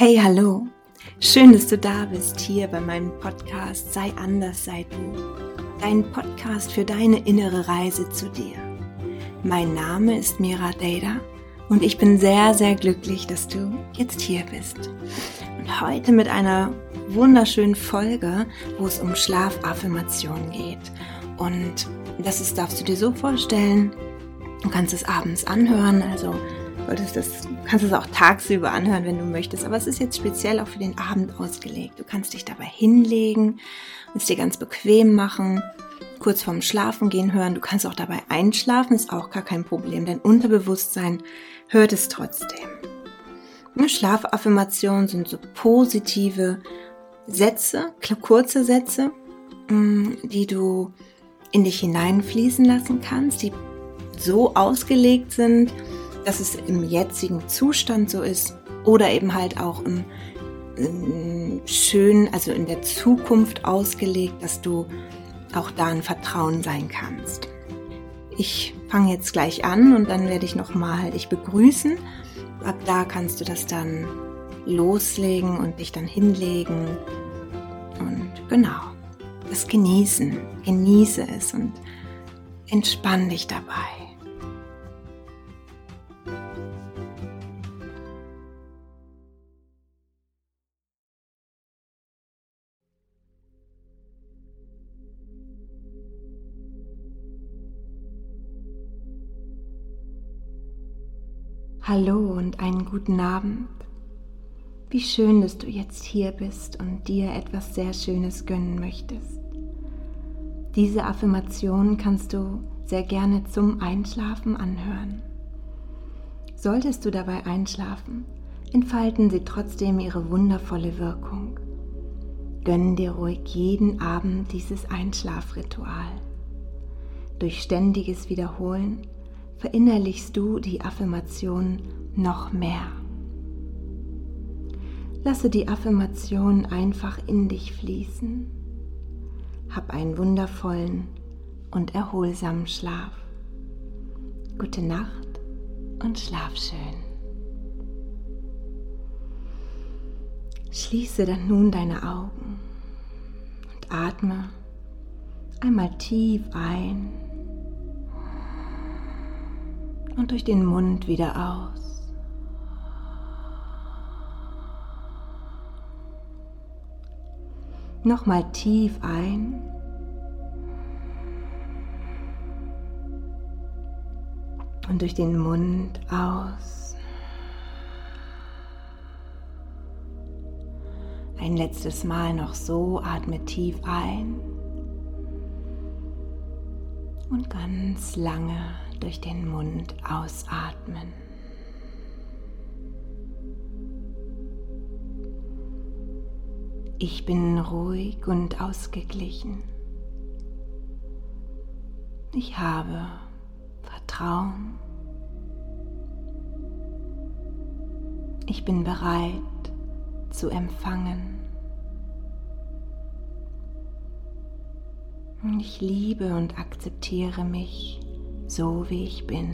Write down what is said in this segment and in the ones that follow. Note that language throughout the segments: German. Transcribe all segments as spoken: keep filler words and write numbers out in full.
Hey, hallo! Schön, dass du da bist, hier bei meinem Podcast Sei anders, sei du. Dein Podcast für deine innere Reise zu dir. Mein Name ist Mira Dada und ich bin sehr, sehr glücklich, dass du jetzt hier bist. Und heute mit einer wunderschönen Folge, wo es um Schlafaffirmation geht. Und das ist, darfst du dir so vorstellen, du kannst es abends anhören, also solltest das, kannst es auch tagsüber anhören, wenn du möchtest, aber es ist jetzt speziell auch für den Abend ausgelegt. Du kannst dich dabei hinlegen, es dir ganz bequem machen, kurz vorm Schlafengehen hören. Du kannst auch dabei einschlafen, ist auch gar kein Problem. Dein Unterbewusstsein hört es trotzdem. Schlafaffirmationen sind so positive Sätze, kurze Sätze, die du in dich hineinfließen lassen kannst, die so ausgelegt sind, dass es im jetzigen Zustand so ist oder eben halt auch im, im schönen, also in der Zukunft ausgelegt, dass du auch da in Vertrauen sein kannst. Ich fange jetzt gleich an und dann werde ich nochmal dich begrüßen. Ab da kannst du das dann loslegen und dich dann hinlegen und genau, das genießen. Genieße es und entspann dich dabei. Hallo und einen guten Abend. Wie schön, dass du jetzt hier bist und dir etwas sehr Schönes gönnen möchtest. Diese Affirmation kannst du sehr gerne zum Einschlafen anhören. Solltest du dabei einschlafen, entfalten sie trotzdem ihre wundervolle Wirkung. Gönn dir ruhig jeden Abend dieses Einschlafritual. Durch ständiges Wiederholen verinnerlichst du die Affirmation noch mehr. Lasse die Affirmation einfach in dich fließen. Hab einen wundervollen und erholsamen Schlaf. Gute Nacht und schlaf schön. Schließe dann nun deine Augen und atme einmal tief ein und durch den Mund wieder aus. Nochmal tief ein und durch den Mund aus. Ein letztes Mal noch so, atme tief ein und ganz lange durch den Mund ausatmen. Ich bin ruhig und ausgeglichen. Ich habe Vertrauen. Ich bin bereit zu empfangen. Ich liebe und akzeptiere mich so, wie ich bin.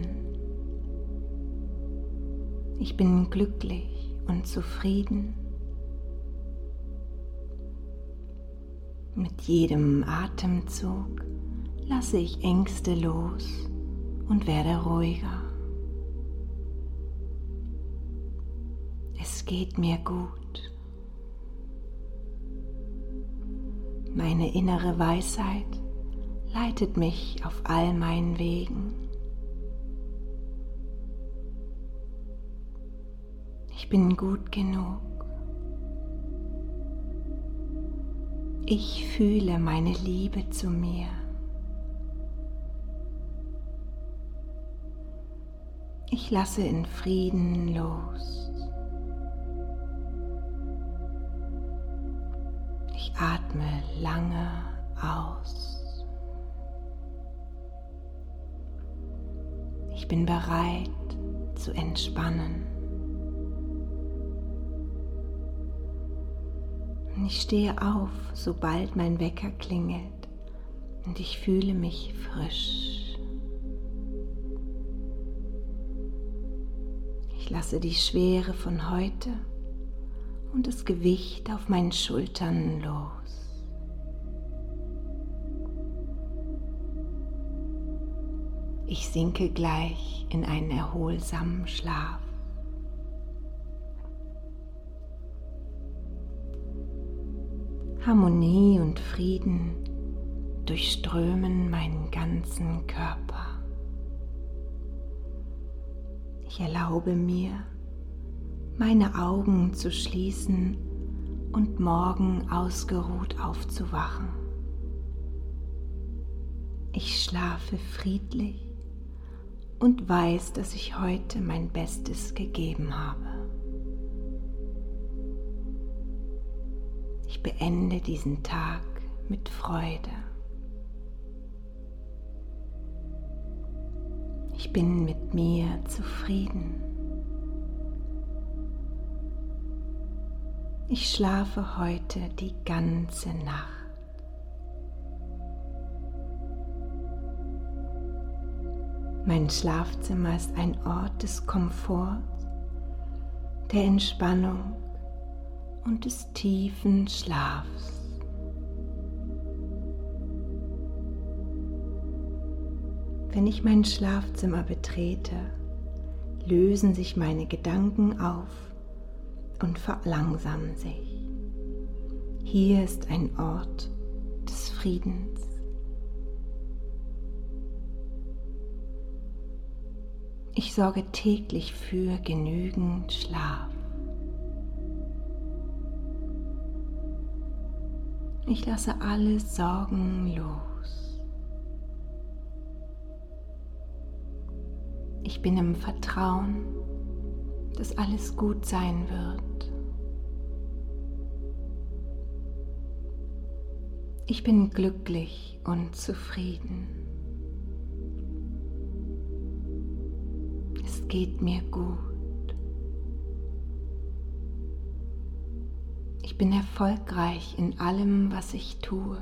Ich bin glücklich und zufrieden. Mit jedem Atemzug lasse ich Ängste los und werde ruhiger. Es geht mir gut. Meine innere Weisheit leitet mich auf all meinen Wegen. Ich bin gut genug. Ich fühle meine Liebe zu mir. Ich lasse in Frieden los. Ich atme lange aus. Ich bin bereit zu entspannen. Ich stehe auf, sobald mein Wecker klingelt, und ich fühle mich frisch. Ich lasse die Schwere von heute und das Gewicht auf meinen Schultern los. Ich sinke gleich in einen erholsamen Schlaf. Harmonie und Frieden durchströmen meinen ganzen Körper. Ich erlaube mir, meine Augen zu schließen und morgen ausgeruht aufzuwachen. Ich schlafe friedlich und weiß, dass ich heute mein Bestes gegeben habe. Ich beende diesen Tag mit Freude. Ich bin mit mir zufrieden. Ich schlafe heute die ganze Nacht. Mein Schlafzimmer ist ein Ort des Komforts, der Entspannung und des tiefen Schlafs. Wenn ich mein Schlafzimmer betrete, lösen sich meine Gedanken auf und verlangsamen sich. Hier ist ein Ort des Friedens. Ich sorge täglich für genügend Schlaf. Ich lasse alle Sorgen los. Ich bin im Vertrauen, dass alles gut sein wird. Ich bin glücklich und zufrieden. Es geht mir gut. Ich bin erfolgreich in allem, was ich tue.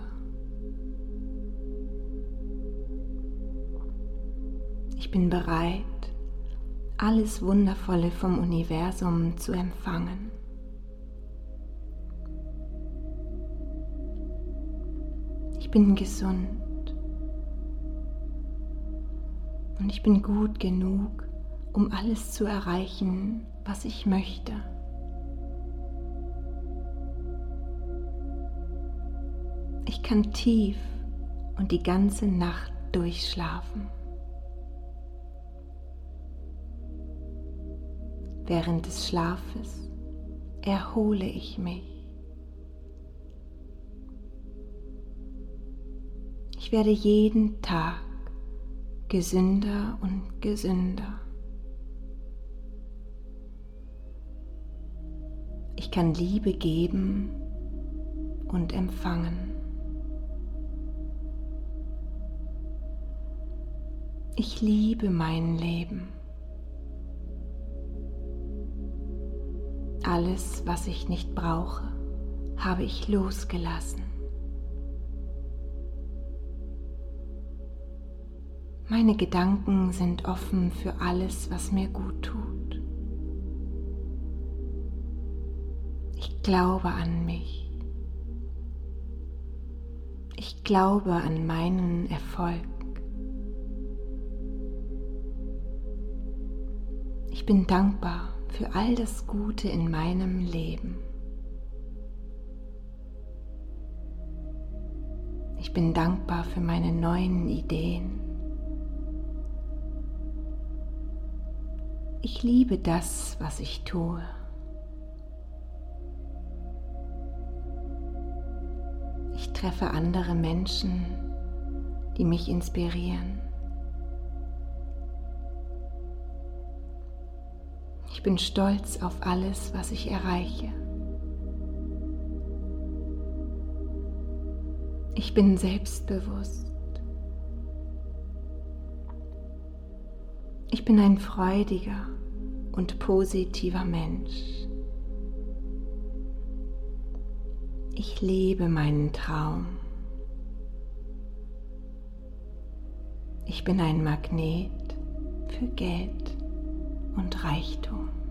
Ich bin bereit, alles Wundervolle vom Universum zu empfangen. Ich bin gesund und ich bin gut genug, um alles zu erreichen, was ich möchte. Ich kann tief und die ganze Nacht durchschlafen. Während des Schlafes erhole ich mich. Ich werde jeden Tag gesünder und gesünder. Ich kann Liebe geben und empfangen. Ich liebe mein Leben. Alles, was ich nicht brauche, habe ich losgelassen. Meine Gedanken sind offen für alles, was mir gut tut. Ich glaube an mich. Ich glaube an meinen Erfolg. Ich bin dankbar für all das Gute in meinem Leben. Ich bin dankbar für meine neuen Ideen. Ich liebe das, was ich tue. Ich treffe andere Menschen, die mich inspirieren. Ich bin stolz auf alles, was ich erreiche. Ich bin selbstbewusst. Ich bin ein freudiger und positiver Mensch. Ich lebe meinen Traum. Ich bin ein Magnet für Geld und Reichtum.